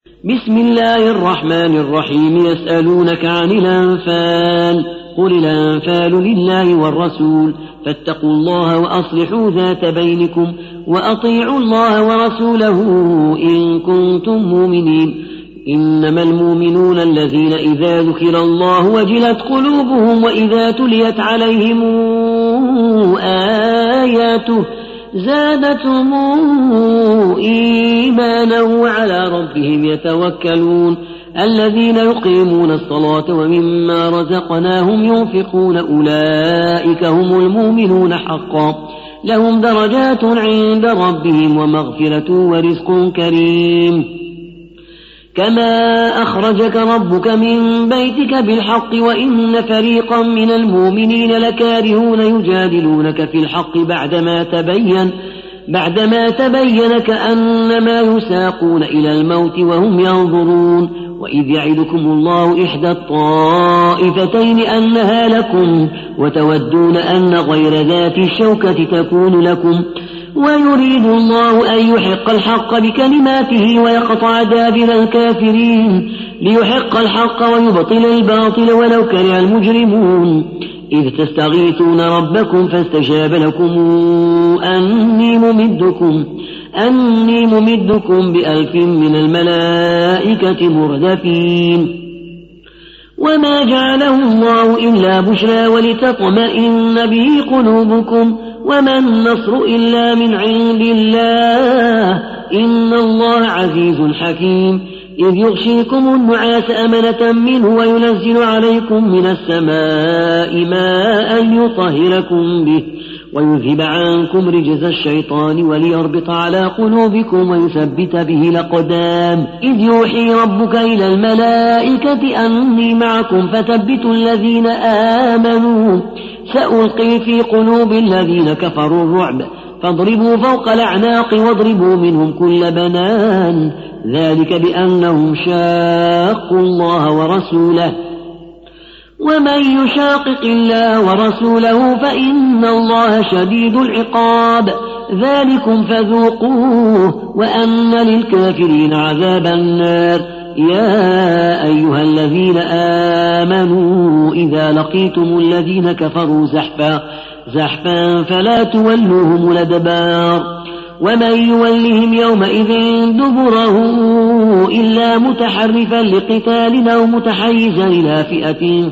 بسم الله الرحمن الرحيم يسألونك عن الأنفال قل الأنفال لله والرسول فاتقوا الله وأصلحوا ذات بينكم وأطيعوا الله ورسوله إن كنتم مؤمنين إنما المؤمنون الذين إذا ذكر الله وجلت قلوبهم وإذا تليت عليهم آياته زادتهم إيمانا وعلى ربهم يتوكلون الذين يقيمون الصلاة ومما رزقناهم ينفقون أولئك هم المؤمنون حقا لهم درجات عند ربهم ومغفرة ورزق كريم كما أخرجك ربك من بيتك بالحق وإن فريقا من المؤمنين لكارهون يجادلونك في الحق بعدما تبين كأنما يساقون إلى الموت وهم ينظرون وإذ يعدكم الله إحدى الطائفتين أنها لكم وتودون أن غير ذات الشوكة تكون لكم ويريد الله أن يحق الحق بكلماته ويقطع دابر الكافرين ليحق الحق ويبطل الباطل ولو كره المجرمون إذ تستغيثون ربكم فاستجاب لكم أني ممدكم ب1000 من الملائكة مردفين وما جعله الله إلا بشرى ولتطمئن به قلوبكم وما النصر إلا من عند الله إن الله عزيز حكيم إذ يغشيكم النعاس أمنة منه وينزل عليكم من السماء ماء يطهركم به ويذهب عنكم رجز الشيطان وليربط على قلوبكم ويثبت به الأقدام إذ يوحي ربك إلى الملائكة أني معكم فثبتوا الذين آمنوا سألقي في قلوب الذين كفروا الرعب فاضربوا فوق الأعناق واضربوا منهم كل بنان ذلك بأنهم شاقوا الله ورسوله ومن يشاقق الله ورسوله فإن الله شديد العقاب ذلكم فذوقوه وأن للكافرين عذاب النار يا أيها الذين آمنوا إذا لقيتم الذين كفروا زحفا فلا تولوهم الأدبار ومن يولهم يومئذ دبره إلا متحرفا لقتال أو متحيزا إلى فئة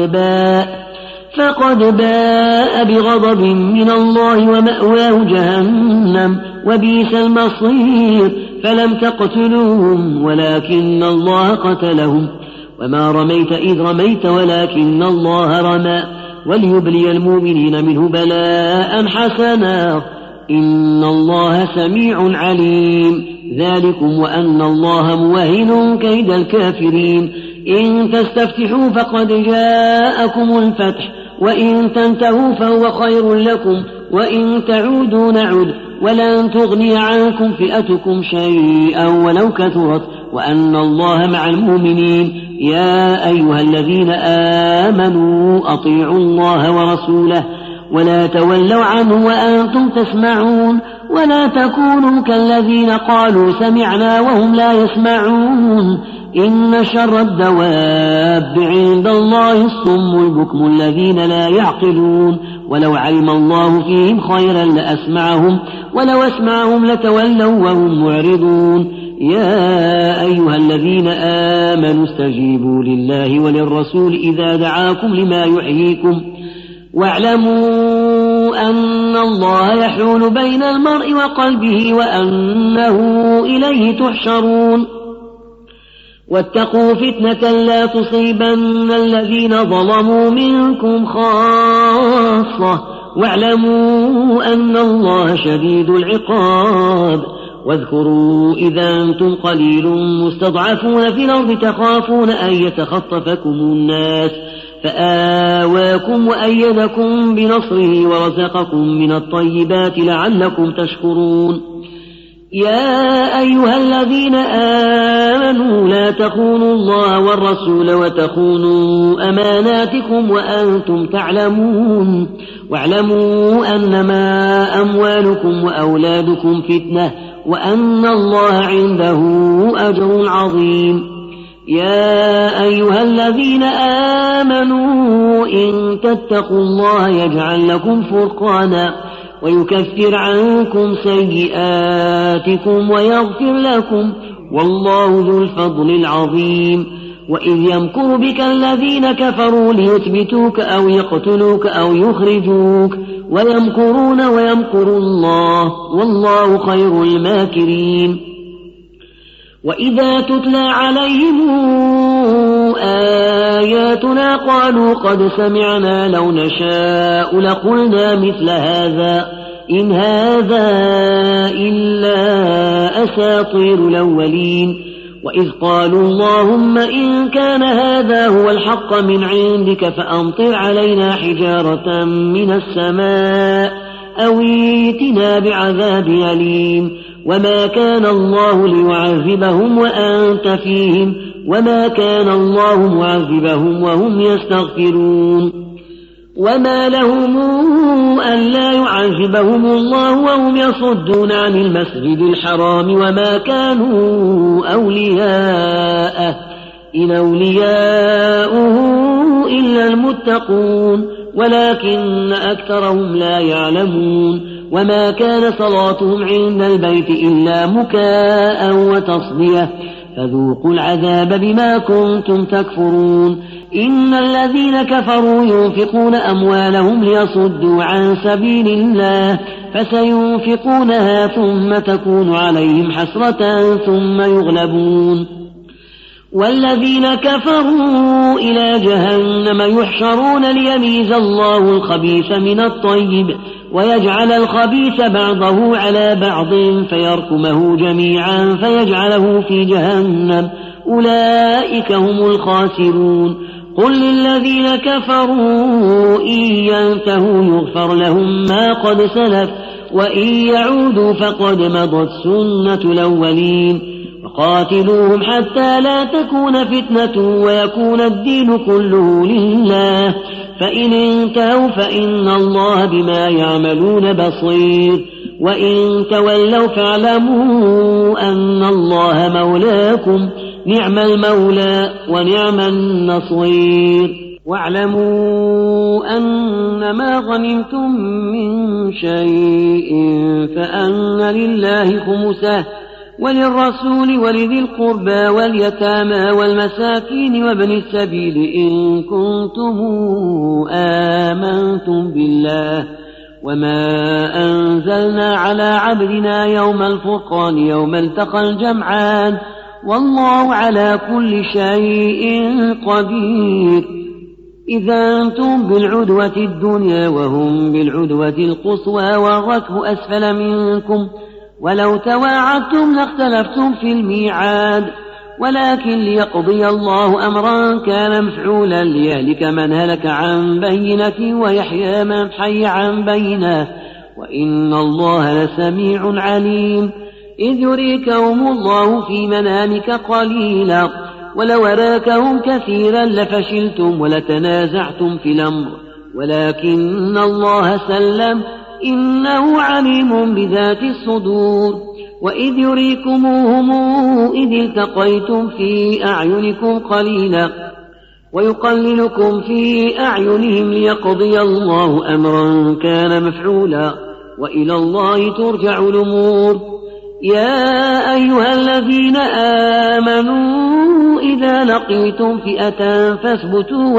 فقد باء بغضب من الله ومأواه جهنم وبئس المصير فلم تقتلوهم ولكن الله قتلهم وما رميت إذ رميت ولكن الله رمى وليبلي المؤمنين منه بلاء حسنا إن الله سميع عليم ذلكم وأن الله موهن كيد الكافرين إن تستفتحوا فقد جاءكم الفتح وإن تنتهوا فهو خير لكم وإن تعودوا نعد ولن تغني عنكم فئتكم شيئا ولو كثرت وأن الله مع المؤمنين يا أيها الذين آمنوا أطيعوا الله ورسوله ولا تولوا عنه وأنتم تسمعون ولا تكونوا كالذين قالوا سمعنا وهم لا يسمعون إن شر الدواب عند الله الصم البكم الذين لا يعقلون ولو علم الله فيهم خيرا لأسمعهم ولو أسمعهم لتولوا وهم معرضون يا أيها الذين آمنوا استجيبوا لله وللرسول إذا دعاكم لما يحييكم واعلموا أن الله يحول بين المرء وقلبه وأنه إليه تحشرون واتقوا فتنة لا تصيبن الذين ظلموا منكم خاصة واعلموا أن الله شديد العقاب واذكروا إذا أنتم قليل مستضعفون في الأرض تخافون أن يتخطفكم الناس فآواكم وأيدكم بنصره ورزقكم من الطيبات لعلكم تشكرون يا أيها الذين آمنوا لا تخونوا الله والرسول وتخونوا أماناتكم وأنتم تعلمون واعلموا أنما أموالكم وأولادكم فتنة وأن الله عنده أجر عظيم. يا أيها الذين آمنوا إن تتقوا الله يجعل لكم فرقانا ويكفر عنكم سيئاتكم ويغفر لكم والله ذو الفضل العظيم. وإذ يمكر بك الذين كفروا ليثبتوك أو يقتلوك أو يخرجوك ويمكرون ويمكر الله والله خير الماكرين. وإذا تتلى عليهم آياتنا قالوا قد سمعنا لو نشاء لقلنا مثل هذا إن هذا إلا أساطير الأولين. وإذ قالوا اللهم إن كان هذا هو الحق من عندك فأمطر علينا حجارة من السماء أو ائتنا بعذاب أليم. وما كان الله ليعذبهم وأنت فيهم وما كان الله معذبهم وهم يستغفرون. وما لهم ألا يعذبهم الله وهم يصدون عن المسجد الحرام وما كانوا أولياءه إن أولياؤه إلا المتقون ولكن أكثرهم لا يعلمون. وما كان صلاتهم عند البيت إلا مكاء وتصدية فذوقوا العذاب بما كنتم تكفرون. إن الذين كفروا ينفقون أموالهم ليصدوا عن سبيل الله فسينفقونها ثم تكون عليهم حسرة ثم يغلبون. والذين كفروا إلى جهنم يحشرون ليميز الله الخبيث من الطيب ويجعل الخبيث بعضه على بعض فيركمه جميعا فيجعله في جهنم أولئك هم الخاسرون. قل للذين كفروا إن ينتهوا يغفر لهم ما قد سلف وإن يعودوا فقد مضت سنة الأولين. وقاتلوهم حتى لا تكون فتنة ويكون الدين كله لله فإن انتهوا فإن الله بما يعملون بصير. وإن تولوا فاعلموا أن الله مولاكم نعم المولى ونعم النصير. واعلموا أنما غنمتم من شيء فأن لله خمسه وللرسول ولذي القربى واليتامى والمساكين وابن السبيل إن كنتم آمنتم بالله وما أنزلنا على عبدنا يوم الفرقان يوم التقى الجمعان والله على كل شيء قدير. إذا أنتم بالعدوة الدنيا وهم بالعدوة القصوى والركب أسفل منكم ولو تواعدتم لاختلفتم في الميعاد ولكن ليقضي الله أمرا كان مفعولا ليهلك من هلك عن بينة ويحيى من حي عن بينة وإن الله لسميع عليم. إذ يريكهم الله في منامك قليلا ولو أراكهم كثيرا لفشلتم ولتنازعتم في الأمر ولكن الله سلم إنه عليم بذات الصدور. وإذ يريكموهم إذ التقيتم في أعينكم قليلا ويقللكم في أعينهم ليقضي الله أمرا كان مفعولا وإلى الله ترجع الأمور. يا أيها الذين آمنوا إذا لقيتم فئة فاثبتوا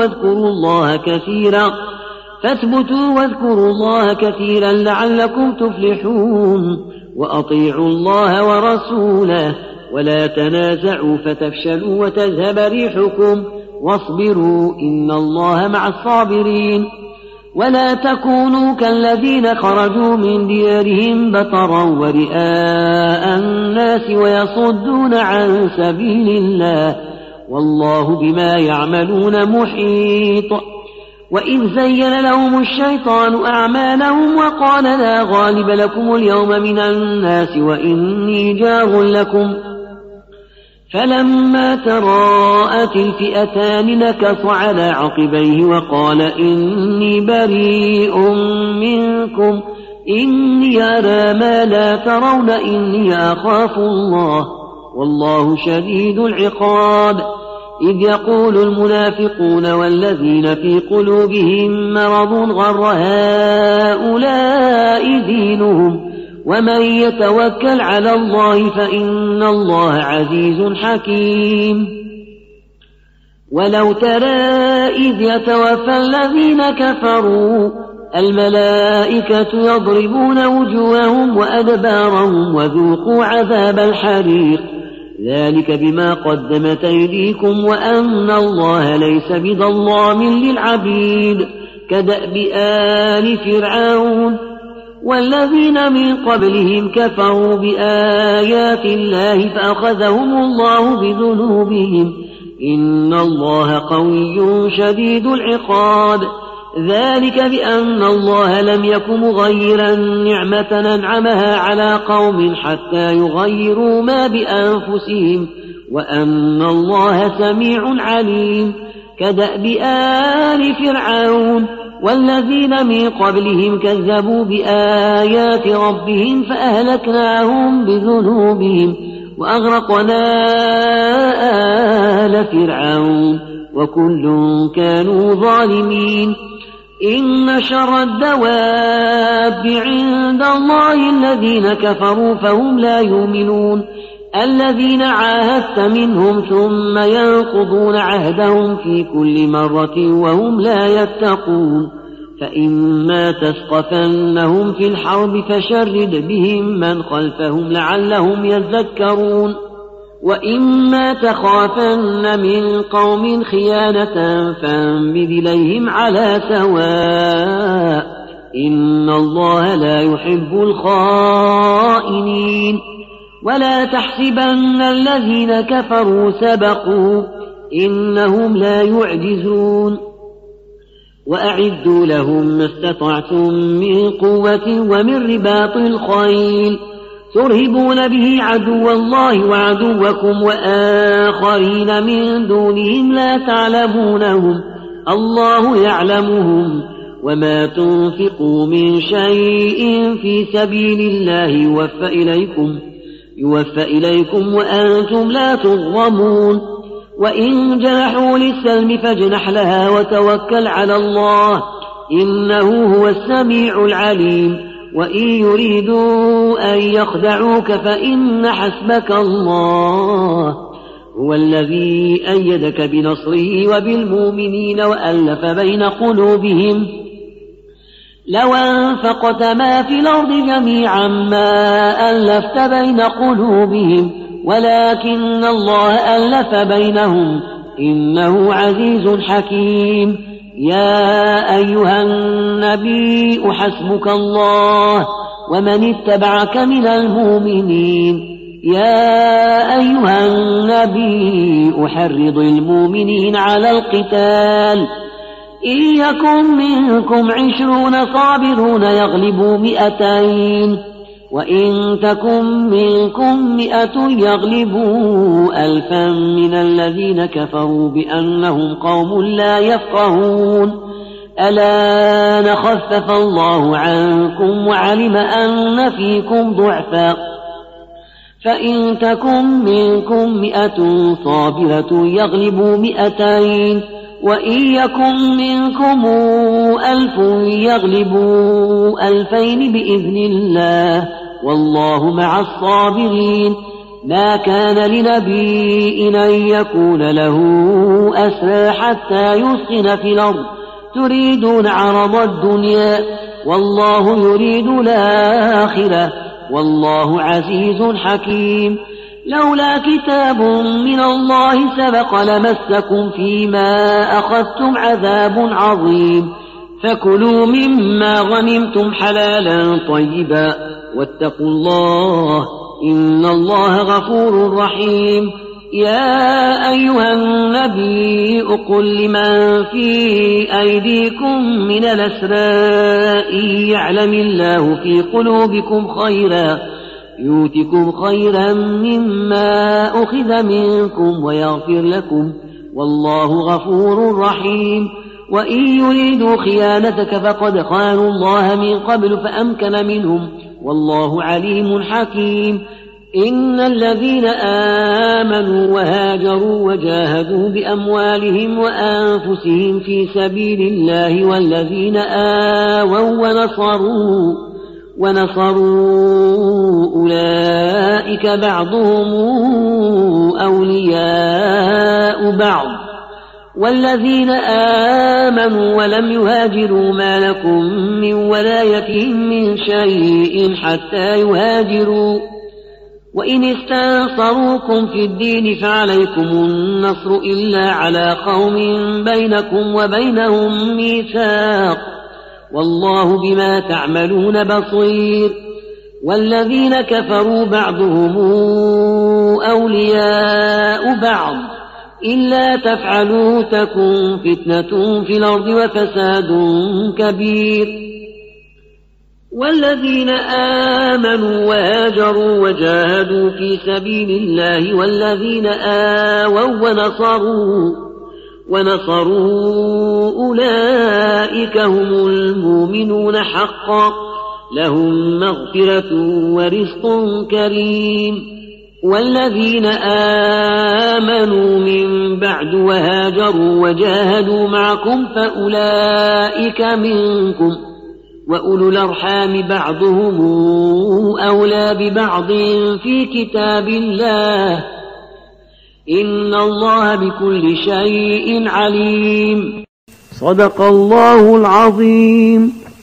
واذكروا الله كثيرا لعلكم تفلحون. وأطيعوا الله ورسوله ولا تنازعوا فتفشلوا وتذهب ريحكم واصبروا إن الله مع الصابرين. ولا تكونوا كالذين خرجوا من ديارهم بطرا ورئاء الناس ويصدون عن سبيل الله والله بما يعملون محيط. وإذ زين لهم الشيطان أعمالهم وقال لا غالب لكم اليوم من الناس وإني جار لكم فلما تراءت الفئتان نكص على عقبيه وقال إني بريء منكم إني أرى ما لا ترون إني أخاف الله والله شديد العقاب إذ يقول المنافقون والذين في قلوبهم مرض غر هؤلاء دينهم ومن يتوكل على الله فإن الله عزيز حكيم ولو ترى إذ يتوفى الذين كفروا الملائكة يضربون وجوههم وأدبارهم وذوقوا عذاب الحريق ذلك بما قدمت أيديكم وأن الله ليس بظلام للعبيد كدأب آل فرعون والذين من قبلهم كفروا بآيات الله فأخذهم الله بذنوبهم إن الله قوي شديد العقاب ذلك بأن الله لم يكن مغيرا نعمة أنعمها على قوم حتى يغيروا ما بأنفسهم وأن الله سميع عليم كدأب آل فرعون والذين من قبلهم كذبوا بآيات ربهم فأهلكناهم بذنوبهم وأغرقنا آل فرعون وكل كانوا ظالمين إن شر الدواب عند الله الذين كفروا فهم لا يؤمنون الذين عاهدت منهم ثم ينقضون عهدهم في كل مرة وهم لا يتقون فإما تثقفنهم في الحرب فشرد بهم من خلفهم لعلهم يذكرون وإما تخافن من قوم خيانة فانبذ إليهم على سواء إن الله لا يحب الخائنين ولا تحسبن الذين كفروا سبقوا إنهم لا يعجزون وأعدوا لهم ما استطعتم من قوة ومن رباط الخيل ترهبون به عدو الله وعدوكم وآخرين من دونهم لا تعلمونهم الله يعلمهم وما تنفقوا من شيء في سبيل الله يوفى إليكم وأنتم لا تظلمون وإن جنحوا للسلم فاجنح لها وتوكل على الله إنه هو السميع العليم وإن يريدوا أن يخدعوك فإن حسبك الله هو الذي أيدك بنصره وبالمؤمنين وألف بين قلوبهم لو أنفقت ما في الأرض جميعا ما ألفت بين قلوبهم ولكن الله ألف بينهم إنه عزيز حكيم يا أيها النبي حسبك الله ومن اتبعك من المؤمنين يا أيها النبي أحرض المؤمنين على القتال إن يكن منكم 20 صابرون يغلبوا 200 وإن تكن منكم 100 يغلبوا 1000 من الذين كفروا بأنهم قوم لا يفقهون ألا نخفف الله عنكم وعلم أن فيكم ضعفا فإن تكن منكم 100 صابرة يغلبوا 200 وإن يكن منكم 1000 يغلبوا 2000 بإذن الله والله مع الصابرين ما كان لنبي أن يكون له أسرى حتى يسخن في الأرض تريدون عرض الدنيا والله يريد الآخرة والله عزيز حكيم لولا كتاب من الله سبق لمسكم فيما أخذتم عذاب عظيم فكلوا مما غنمتم حلالا طيبا واتقوا الله إن الله غفور رحيم يا أيها النبي قل لمن في أيديكم من الأسرى إن يعلم الله في قلوبكم خيرا يؤتكم خيرا مما أخذ منكم ويغفر لكم والله غفور رحيم وإن يريدوا خيانتك فقد خانوا الله من قبل فأمكن منهم والله عليم حكيم إن الذين آمنوا وهاجروا وجاهدوا بأموالهم وأنفسهم في سبيل الله والذين آووا ونصروا أولئك بعضهم أولياء بعض والذين آمنوا ولم يهاجروا ما لكم من ولايتهم من شيء حتى يهاجروا وإن استنصروكم في الدين فعليكم النصر إلا على قوم بينكم وبينهم ميثاق والله بما تعملون بصير والذين كفروا بعضهم أولياء بعض إلا تفعلوا تكن فتنة في الأرض وفساد كبير والذين آمنوا وهاجروا وجاهدوا في سبيل الله والذين آووا ونصروا أولئك هم المؤمنون حقا لهم مغفرة ورزق كريم والذين آمنوا من بعد وهاجروا وجاهدوا معكم فأولئك منكم وأولو الأرحام بعضهم أولى ببعض في كتاب الله إن الله بكل شيء عليم. صدق الله العظيم.